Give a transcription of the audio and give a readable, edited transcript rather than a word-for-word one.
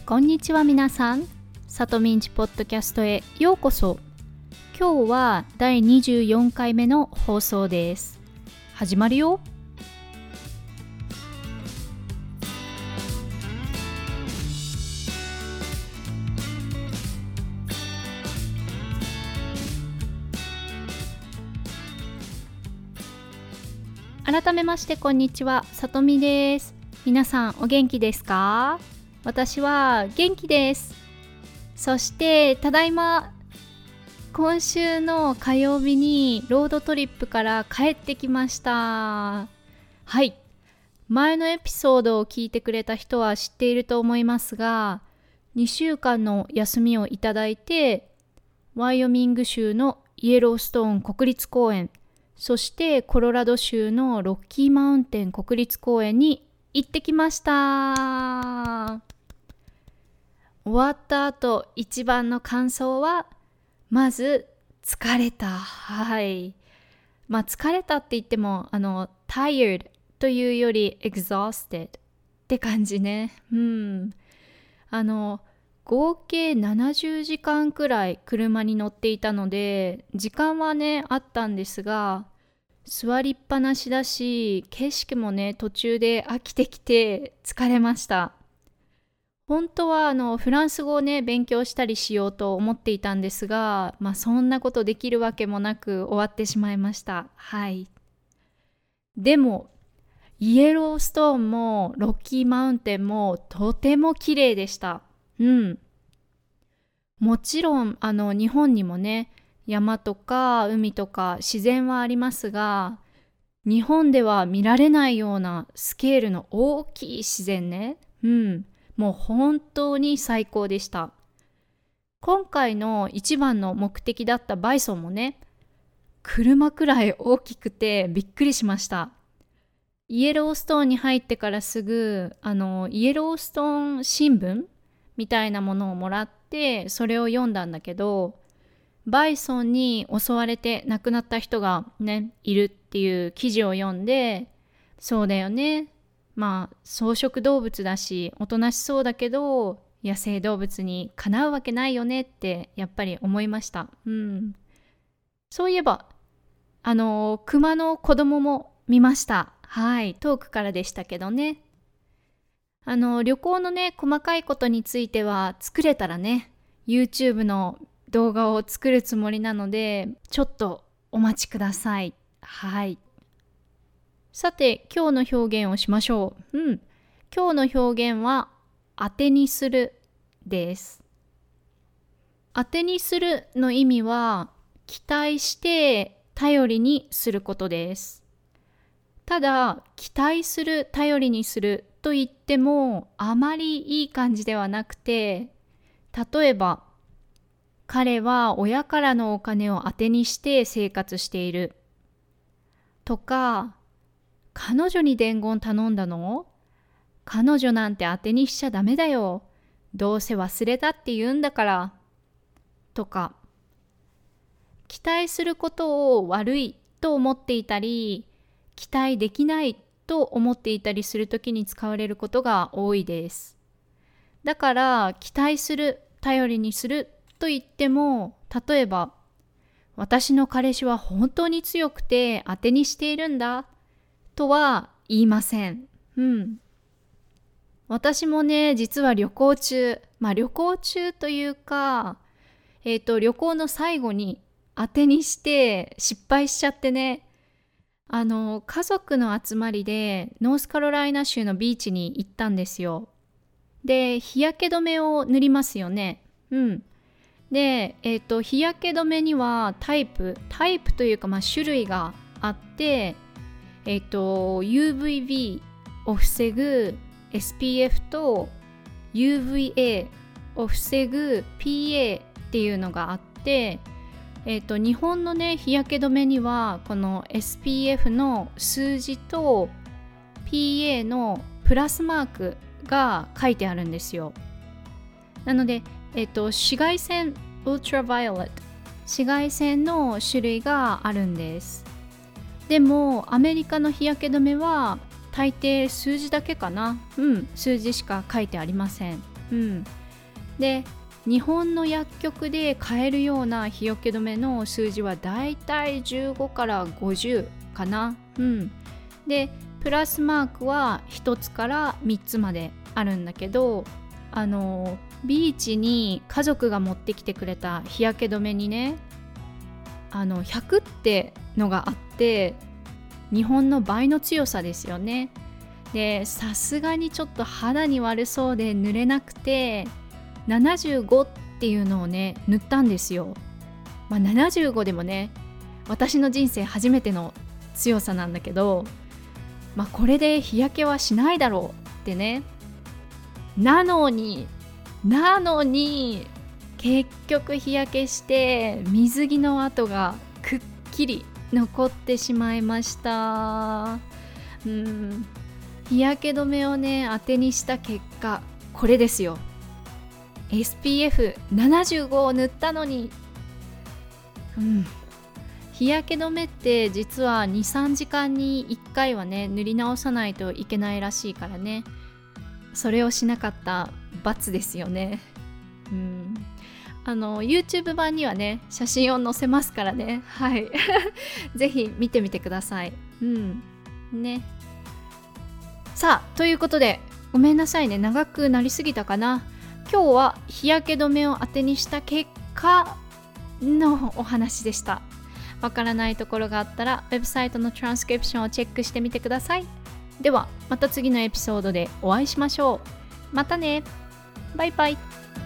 こんにちは皆さん、さとみんちポッドキャストへようこそ。今日は第24回目の放送です。始まるよ。改めましてこんにちは、さとみです。皆さんお元気ですか？私は元気です。そしてただいま今週の火曜日にロードトリップから帰ってきました。はい、前のエピソードを聞いてくれた人は知っていると思いますが、2週間の休みをいただいてワイオミング州のイエローストーン国立公園、そしてコロラド州のロッキーマウンテン国立公園に行ってきました。終わった後、一番の感想はまず疲れた。はい。疲れたって言ってもtired というより exhausted って感じね。合計70時間くらい車に乗っていたので、時間はねあったんですが、座りっぱなしだし、景色もね途中で飽きてきて疲れました。本当はフランス語をね勉強したりしようと思っていたんですが、そんなことできるわけもなく終わってしまいました。はい。でもイエローストーンもロッキーマウンテンもとても綺麗でした。もちろん日本にもね山とか海とか自然はありますが、日本では見られないようなスケールの大きい自然ね。もう本当に最高でした。今回の一番の目的だったバイソンもね、車くらい大きくてびっくりしました。イエローストーンに入ってからすぐイエローストーン新聞みたいなものをもらって、それを読んだんだけど、バイソンに襲われて亡くなった人がねいるっていう記事を読んで、そうだよね、草食動物だしおとなしそうだけど野生動物にかなうわけないよねってやっぱり思いました。そういえば熊の子供も見ました。はい、遠くからでしたけどね。旅行のね細かいことについては作れたらね YouTube の動画を作るつもりなので、ちょっとお待ちください。はい。さて今日の表現をしましょう。今日の表現は当てにするです。当てにするの意味は期待して頼りにすることです。ただ期待する頼りにすると言ってもあまりいい感じではなくて、例えば彼は親からのお金を当てにして生活しているとか、彼女に伝言頼んだの？彼女なんて当てにしちゃダメだよ。どうせ忘れたって言うんだから。とか、期待することを悪いと思っていたり、期待できないと思っていたりするときに使われることが多いです。だから期待する、頼りにすると言っても、例えば私の彼氏は本当に強くて当てにしているんだとは言いません。私もね実は旅行中というか、旅行の最後に当てにして失敗しちゃってね、家族の集まりでノースカロライナ州のビーチに行ったんですよ。で日焼け止めを塗りますよね。で、日焼け止めにはタイプというか、種類があって、UVB を防ぐ SPF と UVA を防ぐ PA っていうのがあって、日本のね日焼け止めにはこの SPF の数字と PA のプラスマークが書いてあるんですよ。なので紫外線 Ultraviolet 紫外線の種類があるんです。でもアメリカの日焼け止めは大抵数字だけかな。数字しか書いてありません。 で日本の薬局で買えるような日焼け止めの数字はだいたい15から50かな。でプラスマークは1つから3つまであるんだけど、ビーチに家族が持ってきてくれた日焼け止めにね、100ってのがあって、日本の倍の強さですよね。でさすがにちょっと肌に悪そうで塗れなくて、75っていうのをね塗ったんですよ。75でもね、私の人生初めての強さなんだけど、これで日焼けはしないだろうってね。なのに結局日焼けして水着の跡がくっきり残ってしまいました。日焼け止めをね当てにした結果、これですよ。SPF75 を塗ったのに、日焼け止めって実は 2,3 時間に1回はね塗り直さないといけないらしいからね。それをしなかった罰ですよね。YouTube 版にはね写真を載せますからね。はいぜひ見てみてください。ね。さあということで、ごめんなさいね、長くなりすぎたかな。今日は日焼け止めを当てにした結果のお話でした。わからないところがあったらウェブサイトのトランスクリプションをチェックしてみてください。ではまた次のエピソードでお会いしましょう。またね。バイバイ。